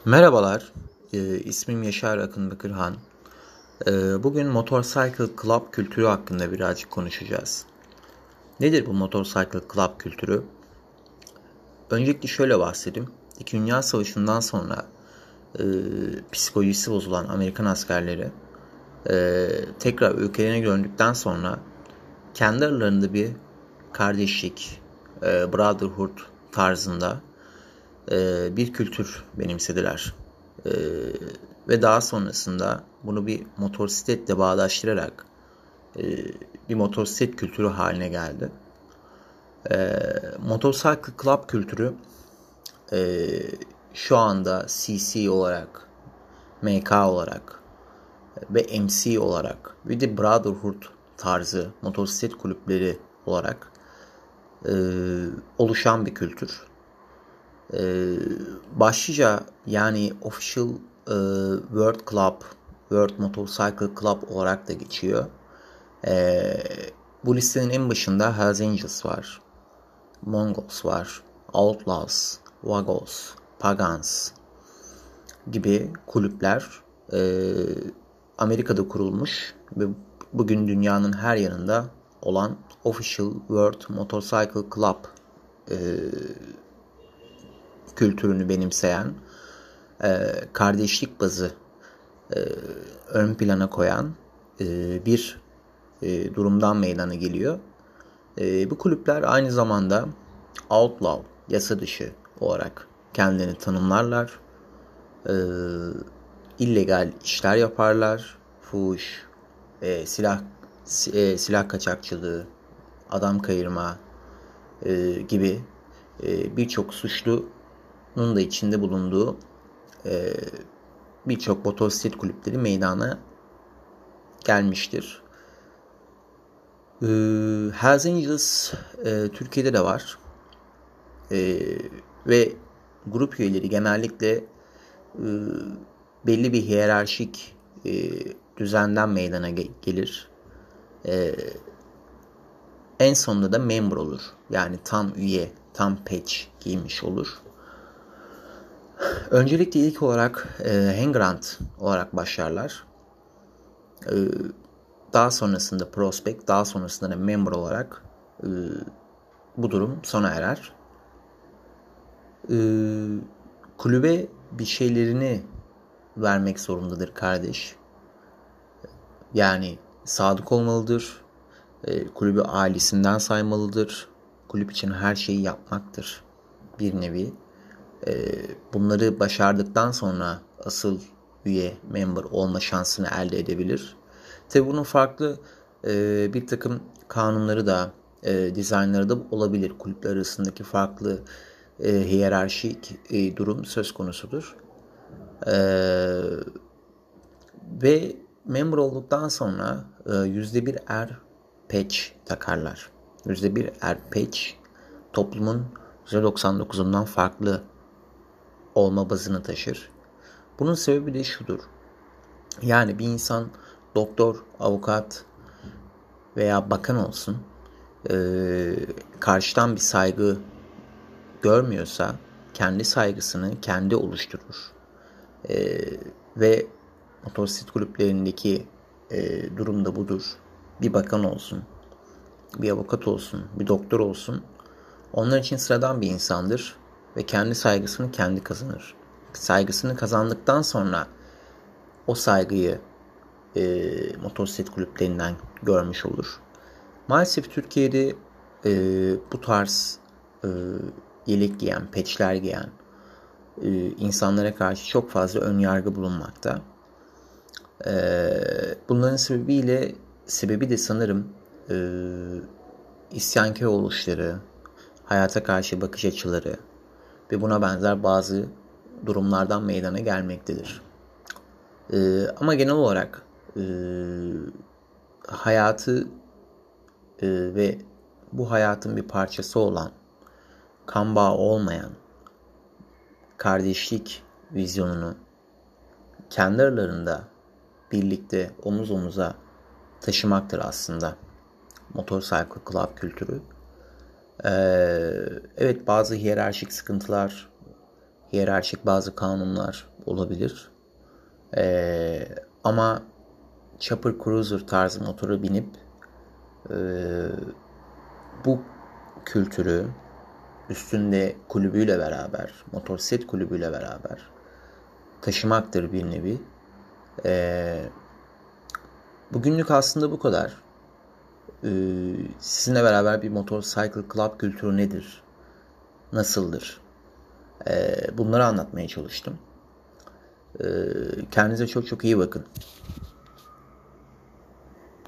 Merhabalar, ismim Yaşar Akın Bakırhan. Bugün Motorcycle Club kültürü hakkında birazcık konuşacağız. Nedir bu Motorcycle Club kültürü? Öncelikle şöyle bahsedeyim. İkinci Dünya Savaşı'ndan sonra psikolojisi bozulan Amerikan askerleri tekrar ülkelerine döndükten sonra kendi aralarında bir kardeşlik, brotherhood tarzında bir kültür benimsediler. Ve daha sonrasında bunu bir motosikletle bağdaştırarak bir motosiklet kültürü haline geldi. Motorcycle Club kültürü şu anda CC olarak, MK olarak ve MC olarak bir de Brotherhood tarzı motosiklet kulüpleri olarak oluşan bir kültür. Başlıca yani Official World Club, World Motorcycle Club olarak da geçiyor. Bu listenin en başında Hells Angels var, Mongols var, Outlaws, Vagos, Pagans gibi kulüpler Amerika'da kurulmuş ve bugün dünyanın her yanında olan Official World Motorcycle Club kültürünü benimseyen, kardeşlik bazı ön plana koyan bir durumdan meydana geliyor. Bu kulüpler aynı zamanda outlaw, yasa dışı olarak kendilerini tanımlarlar. İllegal işler yaparlar. Fuhuş, silah kaçakçılığı, adam kayırma gibi birçok suçlunun da içinde bulunduğu birçok motosiklet kulüpleri meydana gelmiştir. Hells Angels Türkiye'de de var. Ve grup üyeleri genellikle belli bir hiyerarşik düzenden meydana gelir. En sonunda da member olur. Yani tam üye, tam patch giymiş olur. Öncelikle ilk olarak Hangrant olarak başlarlar. Daha sonrasında Prospect, daha sonrasında da member olarak bu durum sona erer. Kulübe bir şeylerini vermek zorundadır kardeş. Yani sadık olmalıdır. Kulübü ailesinden saymalıdır. Kulüp için her şeyi yapmaktır bir nevi. Bunları başardıktan sonra asıl üye, member olma şansını elde edebilir. Tabi bunun farklı bir takım kanunları da, dizaynları da olabilir. Kulüpler arasındaki farklı hiyerarşik durum söz konusudur. Ve member olduktan sonra %1 patch takarlar. %1 patch toplumun %99'undan farklı olma bazını taşır. Bunun sebebi de şudur. Yani bir insan doktor, avukat veya bakan olsun, karşıdan bir saygı görmüyorsa kendi saygısını kendi oluşturur. Ve motosiklet kulüplerindeki durum da budur. Bir bakan olsun, bir avukat olsun, bir doktor olsun. Onlar için sıradan bir insandır ve kendi saygısını kendi kazanır. Saygısını kazandıktan sonra o saygıyı motosiklet kulüplerinden görmüş olur. Maalesef Türkiye'de bu tarz yelek giyen, peçler giyen insanlara karşı çok fazla ön yargı bulunmakta. Bunların sebebi de sanırım isyankar oluşları, hayata karşı bakış açıları ve buna benzer bazı durumlardan meydana gelmektedir. Ama genel olarak hayatı ve bu hayatın bir parçası olan, kan bağı olmayan kardeşlik vizyonunu kendi aralarında birlikte omuz omuza taşımaktır aslında Motorcycle Club kültürü. Evet, bazı hiyerarşik sıkıntılar hiyerarşik bazı kanunlar olabilir. Ama chopper cruiser tarzı motora binip bu kültürü üstünde kulübüyle beraber, motosiklet kulübüyle beraber taşımaktır bir nevi. Bugünlük aslında bu kadar. Sizinle beraber bir motorcycle club kültürü nedir? Nasıldır? Bunları anlatmaya çalıştım. Kendinize çok çok iyi bakın.